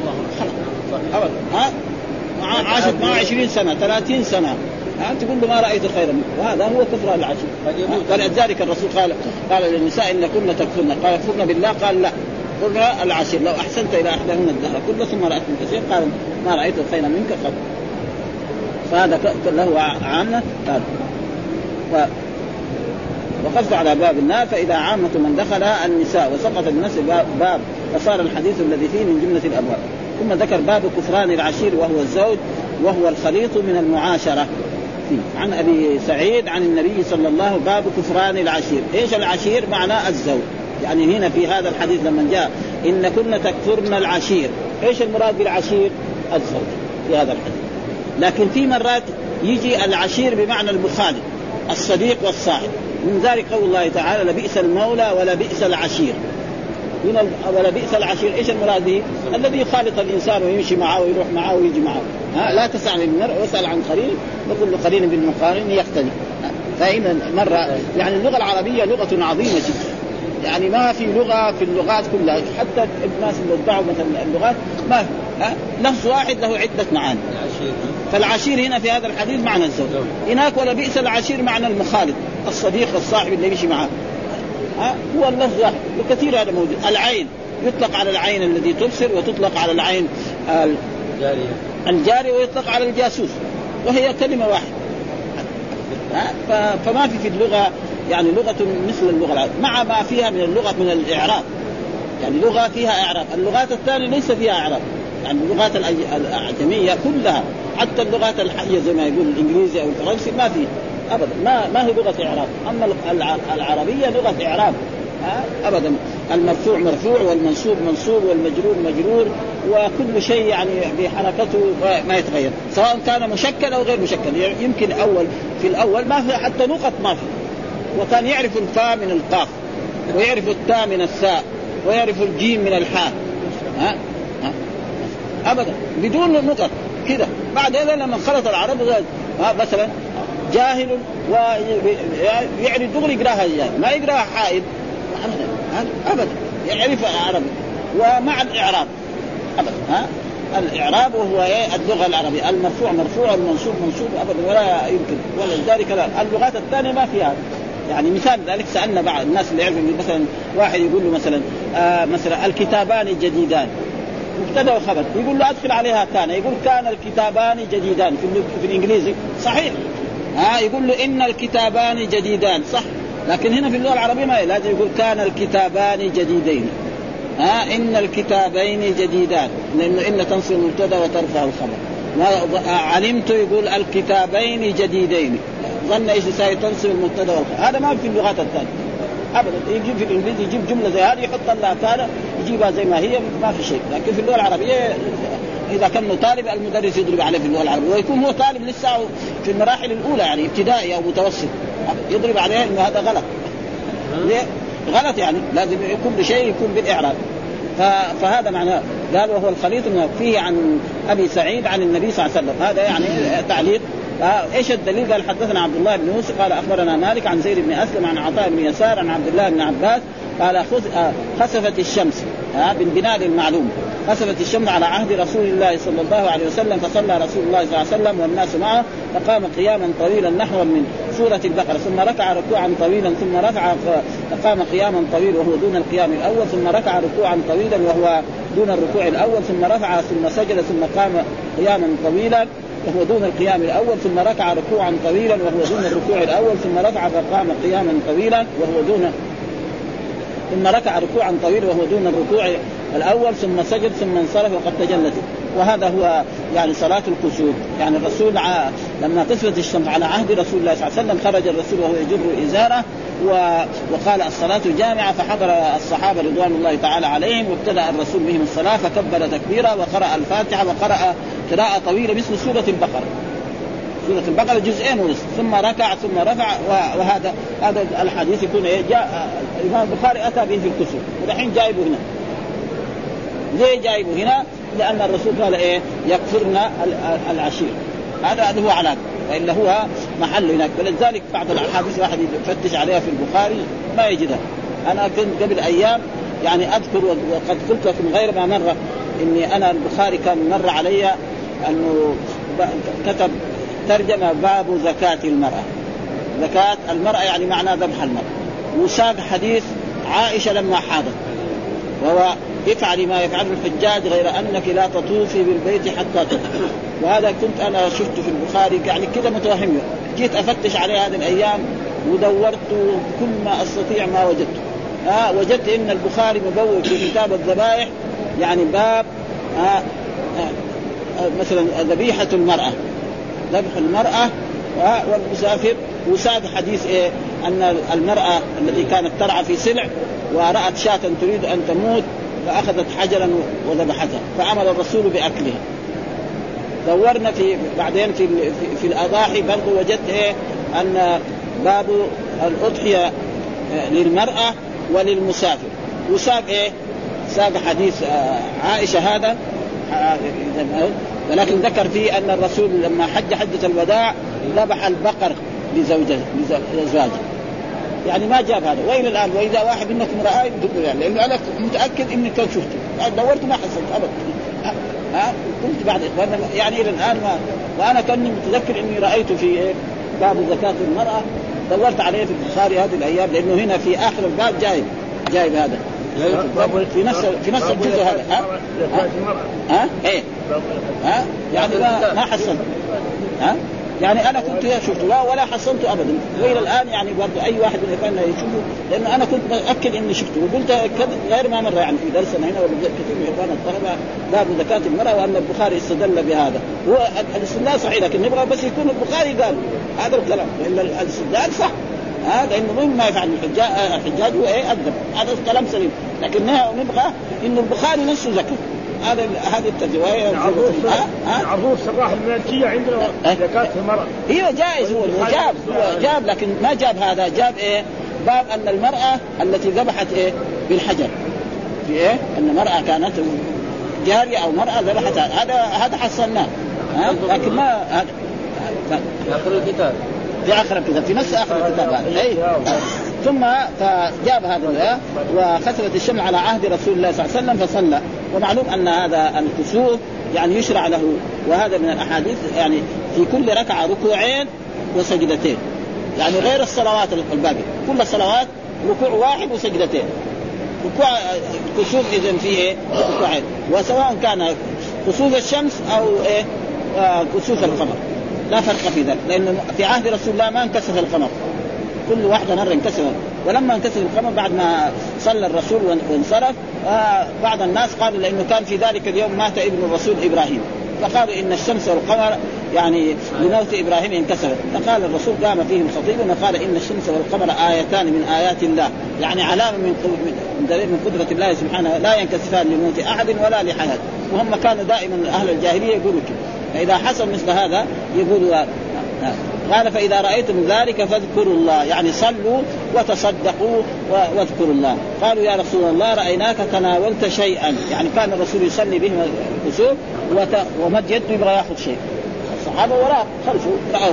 قط، عاشت معه 20 سنة 30 سنة، تقول له ما رأيت خيرا منك، وهذا هو كفر العشير. ولذلك الرسول قال للنساء إن كنا تكفرن، قال يكفرن بالله، قال لا كفر العشير، لو أحسنت إلى أحدهن الدهر كله ثم رأت من كثير قال ما رأيت خيرا منك قط. فهذا له عامة. وقفت على باب النار فإذا عامة من دخلها النساء، وسقط الناس باب، فصار الحديث الذي فيه من جملة الأبواب. ثم ذكر باب كفران العشير وهو الزوج وهو الخليط من المعاشرة. عن أبي سعيد عن النبي صلى الله عليه وسلم باب كفران العشير. إيش العشير؟ معناه الزوج. يعني هنا في هذا الحديث لما جاء إن كنا تكفرن العشير، إيش المراد بالعشير؟ الزوج في هذا الحديث. لكن في مرات يجي العشير بمعنى المخالف، الصديق والصاحب. من ذلك قول الله تعالى لبئس المولى ولبئس العشير. هنا ولبئس العشير إيش المراد به؟ الذي يخالط الإنسان ويمشي معه ويروح معه ويجي معه. لا تسأل المرء واسأل عن قرين وكل قرين بالمقارن يقتدي. فإن مرة يعني اللغة العربية لغة عظيمة جدا، يعني ما في لغة في اللغات كلها، حتى الناس اللي ادعوا مثلا اللغات ما لفظ واحد له عدة معاني. فالعشير هنا في هذا الحديث معنى الزوج، هناك ولبئس العشير معنى المخالط، الصديق الصاحب اللي يمشي معه. هو اللفظ واحد وكثير هذا موجود. العين يطلق على العين الذي تبصر، وتطلق على العين الجاري، ويطلق على الجاسوس، وهي كلمة واحدة. فما في اللغة يعني لغة مثل اللغة العربية، مع ما فيها من اللغة من الإعراب، يعني لغة فيها إعراب. اللغات الثانية ليس فيها إعراب، يعني اللغات الأعجمية كلها، حتى اللغات الحية زي ما يقول الإنجليزي أو الفرنسي ما في أبدا، ما هي لغة إعراب. أما العربية لغة إعراب أبدا. المرفوع مرفوع والمنصوب منصوب والمجرور مجرور، وكل شيء يعني بحركته ما يتغير، سواء كان مشكل أو غير مشكل. يمكن في الأول ما في حتى نقط، ما في، وكان يعرف الفاء من القاف، ويعرف التاء من الثاء، ويعرف الجيم من الحاء، أبدا بدون نقط كده. بعد هذا لما خلط العرب مثلا جاهل ويعني دغري يقراها ما يقراها حائد أبدا، يعرف العربي ومع الإعراب أبدا. الإعراب وهو اللغة العربية، المرفوع مرفوع والمنصوب منصوب أبدا ولا يمكن، ولذلك اللغات الثانية ما فيها. يعني مثال ذلك سألنا بعض الناس اللي يعرفوا مثلا واحد يقول له مثلا الكتابان جديدان مبتدا وخبر، يقول له أدخل عليها كان، يقول كان الكتابان جديدان في الإنجليزي صحيح، يقول له إن الكتابان جديدان صح، لكن هنا في اللغة العربية ما لازم يقول كان الكتابان جديدين، إن الكتابين جديدان، لأنه إن تنصب المبتدا وترفع الخبر. علمت يقول الكتابين جديدين، ظن إيش سيتنصب المبتدا والخبر. هذا ما في اللغات الثانية أبدا. يجيب في الإنجليزي يجيب جملة زي هذه يحط الله كان يجيبها زي ما هي ما في شيء. لكن في اللغة العربية إذا كان طالب المدرس يضرب عليه في اللغة العربية، ويكون هو طالب لسه في المراحل الأولى يعني ابتدائي أو متوسط يضرب عليه إنه هذا غلط. ليه غلط؟ يعني لازم يكون بشيء يكون بالإعراب. فهذا معناه. قال وهو الخليط فيه عن أبي سعيد عن النبي صلى الله عليه وسلم. هذا يعني تعليق. ايش الدليل؟ قال حدثنا عبد الله بن يوسف قال اخبرنا مالك عن زيد بن اسلم عن عطاء بن يسار عن عبد الله بن عباس قال خسفت الشمس بالبناء المعلوم، خسفت الشمس على عهد رسول الله صلى الله عليه وسلم، فصلى رسول الله صلى الله عليه وسلم والناس معه، فقام قياما طويلا نحو من سورة البقرة، ثم ركع ركوعا طويلا، ثم رفع فقام قياما طويلا وهو دون القيام الأول، ثم ركع ركوعا طويلا وهو دون الركوع الأول، ثم رفع ثم سجد، ثم قام قياما طويلا وهو دون القيام الأول، ثم ركع ركوعا طويلا وهو دون الركوع الأول، ثم رفع فقام قياما طويلا وهو دون، ثم ركع ركوعا طويلا وهو دون الركوع الأول، ثم سجد، ثم انصرف وقد تجلت. وهذا هو يعني صلاة الكسوف. يعني الرسول لما كسفت الشمس على عهد رسول الله صلى الله عليه وسلم خرج الرسول وهو يجر إزاره وقال الصلاة جامعة، فحضر الصحابة رضوان الله تعالى عليهم، وابتدأ الرسول بهم الصلاة فكبر تكبيرا وقرأ الفاتحة وقرأ قراءة طويلة مثل سورة البقرة. سورة البقرة جزئين ونصف، ثم ركع ثم رفع. وهذا الحديث يكون جاء الإمام البخاري أتى به في الكسوف، ودحين جايبه هنا. ليه جايبه هنا؟ لأن الرسول قال يكفرنا العشير. هذا هو علاقة، وإلا هو محل هناك. ولذلك بعض الأحاديث واحد يفتش عليها في البخاري ما يجدها. أنا كنت قبل أيام يعني أذكر وقد قلت لكم غير ما مرة إني أنا البخاري كان مر علي أنه كتب ترجمة باب زكاة المرأة. زكاة المرأة يعني معنى ذبح المرأة، وساق حديث عائشة لما حاضت وهو افعلي ما يفعل الحجاج غير أنك لا تطوفي بالبيت حتى تطوفي. وهذا كنت أنا شفته في البخاري يعني كده متوهم. جيت أفتش عليه هذه الأيام ودورت كل ما أستطيع ما وجدته. وجدت إن البخاري مبوب في كتاب الذبائح يعني باب مثلا ذبيحة المرأة، ذبح المرأة والمسافر، وساد حديث أن المرأة التي كانت ترعى في سلع ورأت شاة تريد أن تموت فأخذت حجرا وذبحتها فأمر الرسول بأكلها. دورنا بعدين في الأضاحي برضو وجدت أن باب الأضحية للمرأة وللمسافر، وساق ساق حديث عائشة هذا، ولكن ذكر فيه أن الرسول لما حج حجة الوداع ذبح البقر لزواجه. يعني ما جاب هذا. وإلى الآن وإذا واحد منكم رأى يعني لأنه أنا متأكد إني كنت شفته، دورت ما حصلت أبدا. كنت بعد إخواننا يعني إلى الآن ما، وأنا كني متذكر إني رأيته في باب زكاة المرأة، دورت عليه في البخاري هذه الأيام لأنه هنا في آخر الباب جايب هذا في نفس الجزء هذا. يعني ما حصلت. يعني أنا كنت شفته ولا حصلته أبدا، وإلى الآن يعني برضو أي واحد من إخواننا يشوفه، لأنه أنا كنت متأكد إني شفته وقلت غير ما مرة يعني في درسنا هنا كثير من إخواننا الطلبة باب زكاة المرأة، وأن البخاري استدل بهذا. هو الاستدلال صحيح، لكن نبغى بس يكون البخاري قال هذا الكلام، لأن الاستدلال صح. لأنه ما يفعل الحجاج هو أكذب، هذا الكلام سليم، لكن نبغى إنه البخاري نفسه ذكر هذه الترجمة. عروض سراح المالكية عندنا زكاة المرأة هي جائز. هو جاب لكن ما جاب هذا. جاب باب أن المرأة التي ذبحت بالحجر في أن المرأة كانت جارية أو مرأة ذبحت، هذا حصلناه. لكن ما هذا آخر الكتاب في آخر الكتاب في نفس آخر الكتاب هذا. ثم فجاب هذا وخسفت الشمس على عهد رسول الله صلى الله عليه وسلم فصلى. ومعلوم أن هذا الكسوف يعني يشرع له. وهذا من الأحاديث يعني في كل ركعة ركوعين وسجدتين، يعني غير الصلوات الباقية، كل الصلوات ركوع واحد وسجدتين. ركوع كسوف إذن فيه ركوعين، وسواء كان كسوف الشمس أو كسوف القمر لا فرق في ذلك، لأنه في عهد رسول الله ما انكسف القمر، كل واحدة مرة انكسف. ولما انكسف القمر بعد ما صلى الرسول وانصرف بعض الناس قالوا لأنه كان في ذلك اليوم مات ابن الرسول إبراهيم، فقالوا إن الشمس والقمر يعني لموت إبراهيم انكسفت. فقال الرسول قام فيهم خطيبا وقال إن الشمس والقمر آيتان من آيات الله، يعني علامة من قدرة الله سبحانه، لا ينكسفان لموت أحد ولا لحياة. وهم كانوا دائما أهل الجاهلية يقولوا كده، فإذا حصل مثل هذا يقولوا قال فإذا رأيتم ذلك فاذكروا الله، يعني صلوا وتصدقوا واذكروا الله. قالوا يا رسول الله رأيناك تناولت شيئا، يعني كان الرسول يصلي بهم الكسوف ومد يده يبغى ياخذ شيء، الصحابة وراء خلفه رأوا.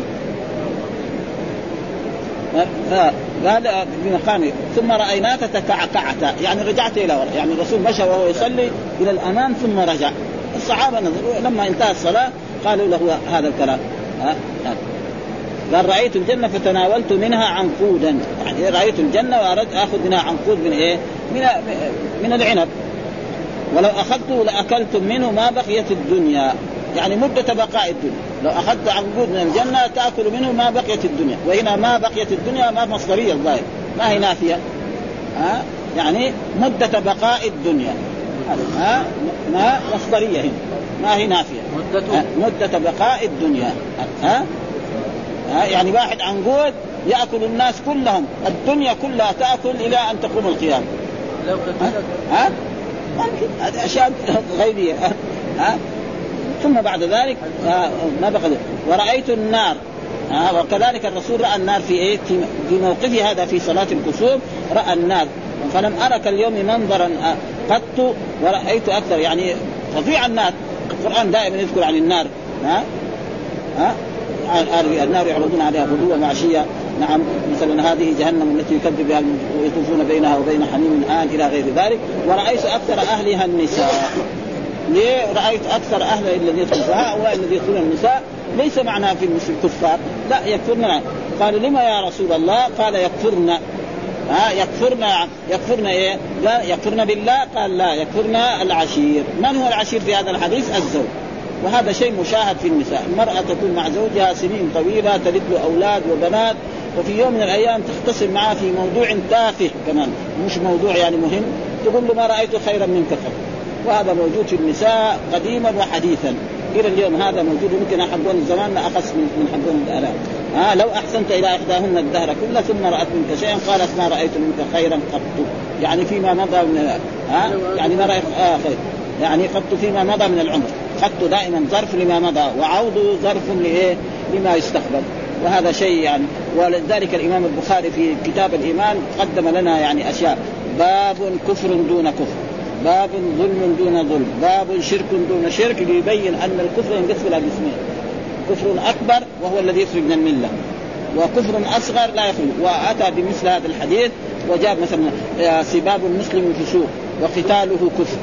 قال بمقامه ثم رأيناك تكعكعت، يعني رجعت إلى وراء، يعني الرسول مشى وهو يصلي إلى الأمام ثم رجع. الصحابة نظروا لما انتهى الصلاة قالوا له هذا الكلام. قال رأيت الجنة فتناولت منها عنقودا، يعني رأيت الجنة وأردت أخذ منها عنقود من إيه؟ من العنب، ولو أخذته لأكلتم منه ما بقيت الدنيا، يعني مدة بقاء الدنيا. لو أخذت عنقود من الجنة تأكل منه ما بقيت الدنيا، وهنا ما بقيت الدنيا ما مصدرية الظاهر، ما هي نافية، يعني مدة بقاء الدنيا، ما مصدرية هنا، ما هي نافية، مدة بقاء الدنيا. يعني واحد عنقود يأكل الناس كلهم، الدنيا كلها تأكل إلى أن تقوم القيامة. لو كتبت ممكن هذه أشياء غيبية. ثم بعد ذلك ما بقى. ورأيت النار، وكذلك الرسول رأى النار في إيه؟ في موقفه هذا في صلاة الكسوف رأى النار. فلم أرك اليوم منظرا قط ورأيت أكثر، يعني فظيع النار. القرآن دائما يذكر عن النار، النار يعرضون عليها غدوا وعشيا. نعم مثلا هذه جهنم التي يكذب بها ويطوفون بينها وبين حميم آن إلى غير ذلك. ورأيت أكثر أهلها النساء. ليه رأيت أكثر أهل الذين يدخلون؟ هؤلاء الذين يدخلون النساء ليس معناها في المسلم كفار، لا يكفرن. قالوا لما يا رسول الله؟ قال يكفرن. يكفرن إيه؟ لا يكفرن بالله، قال لا يكفرن العشير. من هو العشير في هذا الحديث؟ الزوج. وهذا شيء مشاهد في النساء، المرأة تكون مع زوجها سنين طويلة، تلد له أولاد وبنات، وفي يوم من الأيام تختصر معه في موضوع تافه كمان مش موضوع يعني مهم، تقول له ما رأيت خيرا منك قط. وهذا موجود في النساء قديما وحديثا إلى اليوم، هذا موجود. يمكن حقون زمان أخص من حقون الآن. لو أحسنت إلى إحداهن الدهر كله ثم رأت منك شيئا قالت ما رأيت منك خيرا قط، يعني فيما مضى من يعني ما رأيت خير، يعني قط فيما مضى من العمر. خط دائما ظرف لما مضى، وعوض ظرف لما يستقبل، وهذا شيء يعني. ولذلك الإمام البخاري في كتاب الإيمان قدم لنا يعني أشياء: باب كفر دون كفر، باب ظلم دون ظلم، باب شرك دون شرك، ليبين أن الكفر ينقسم إلى قسمين: كفر أكبر وهو الذي يخرج من الملة، وكفر أصغر لا يخرج. وأتى بمثل هذا الحديث وجاب مثلا سباب المسلم فسوق وقتاله كفر،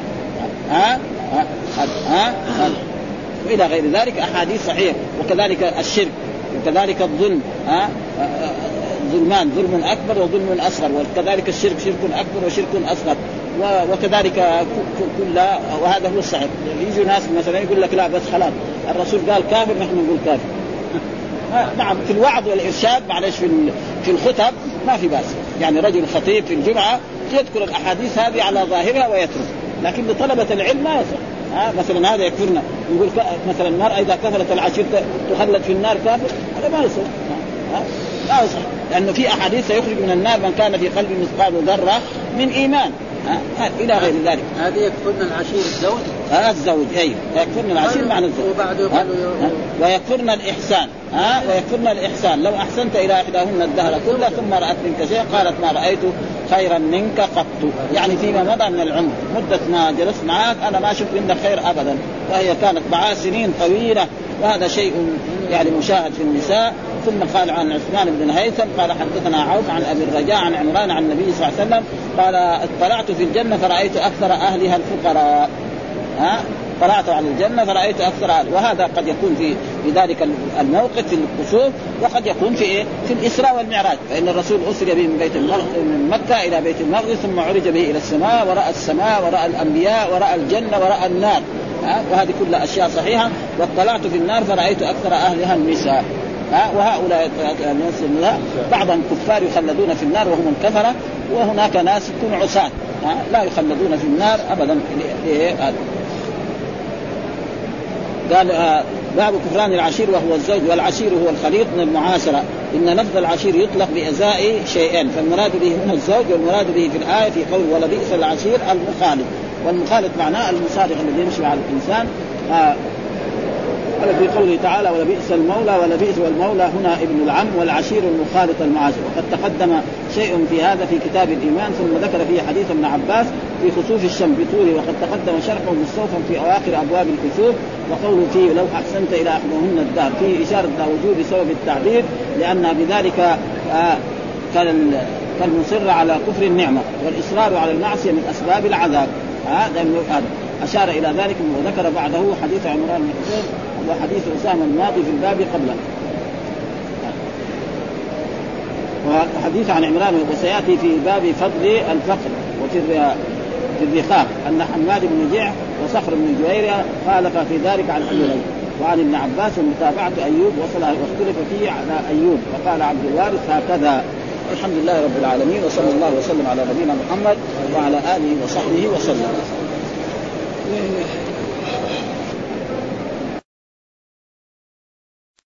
وإلى غير ذلك أحاديث صحيحة. وكذلك الشرك، وكذلك الظلم، ظلمان: ظلم أكبر وظلم أصغر. وكذلك الشرك شرك أكبر وشرك أصغر. وكذلك كل، وهذا هو الصحيح. يجي ناس مثلا يقول لك لا بس خلاص الرسول قال كافر نحن نقول كافر. نعم في الوعظ والإرشاد معلش في الخطب ما في باس، يعني رجل خطيب في الجمعة يذكر الأحاديث هذه على ظاهرها ويترك، لكن لطلبة العلم ما يصح. مثلا هذا يكفرنا، يقول مثلا المرأة إذا كفرت العشير تخلد في النار كافر، هذا ما يصح. لا يصح، لأنه في أحاديث سيخرج من النار من كان في قلبه مثقال ذرة من إيمان إلى غير ذلك. هذه يكفرن العشير الزوج، الزوج أي يكفرن العشير معنى الزوج. ويكفرن الإحسان، ويكفرن الإحسان: لو أحسنت إلى إحداهن الدهر كله ثم رأت منك شيئا قالت ما رأيت خيرا منك قط، يعني فيما مضى من العمر، مدة ما جلست معك أنا ما شفت منك خير أبدا، وهي كانت معاه سنين طويلة. وهذا شيء يعني مشاهد في النساء. ثم قال عن عثمان بن هيثم قال حدثنا عوف عن أبي الرجاء عن عمران عن النبي صلى الله عليه وسلم قال اطلعت في الجنة فرأيت أكثر أهلها الفقراء. طلعت على الجنة فرأيت أكثر أهل. وهذا قد يكون في ذلك الموقف في الكسوف، وقد يكون في إيه؟ في الإسراء والمعراج، فإن الرسول أسري به من مكة إلى بيت المقدس ثم عرج به إلى السماء، ورأى السماء ورأى الأنبياء ورأى الجنة ورأى النار، وهذه كلها أشياء صحيحة. واطلعت في النار فرأيت أكثر أهلها النساء، وهؤلاء الناس بعضهم كفار يخلدون في النار وهم الكفرة، وهناك ناس يكونوا عصاة لا يخلدون في النار أبدا. قال باب كفران العشير وهو الزوج، والعشير هو الخليط من المعاشرة. إن لفظ العشير يطلق بإزاء شيئين، فالمراد به هنا الزوج، والمراد به في الآية في قول ولبئس العشير المخالط، والمخالط معناه المصادق الذي يمشي على الإنسان. في قوله تعالى ولبئس المولى، ولبئس والمولى هنا ابن العم، والعشير المخالط المعاشر. وقد تقدم شيء في هذا في كتاب الإيمان، ثم ذكر فيه حديث ابن عباس في خسوف الشمس بطوله، وقد تقدم شرحه مستوفا في أواخر أبواب الكسوف. وقوله فيه لو أحسنت إلى أحدهن الدهر فيه إشارة إلى وجوب سبب التعبير، لأن بذلك كان مصر على كفر النعمة، والإصرار على المعصية من أسباب العذاب. هذا أشار إلى ذلك، وذكر بعده حديث عمران بن حسين وحديث أسامة الماضي في الباب قبله، وحديث عن عمران. وسيأتي في باب فضل الفقر وفي الرقاق أن حماد بن جيع وصخر بن جويرية خالف في ذلك عن أيوب وعن ابن عباس، ومتابعة أيوب وصلها واختلف فيه على أيوب، وقال عبد الوارث هكذا. الحمد لله رب العالمين، وصلى الله وسلم على نبينا محمد وعلى آله وصحبه وسلم.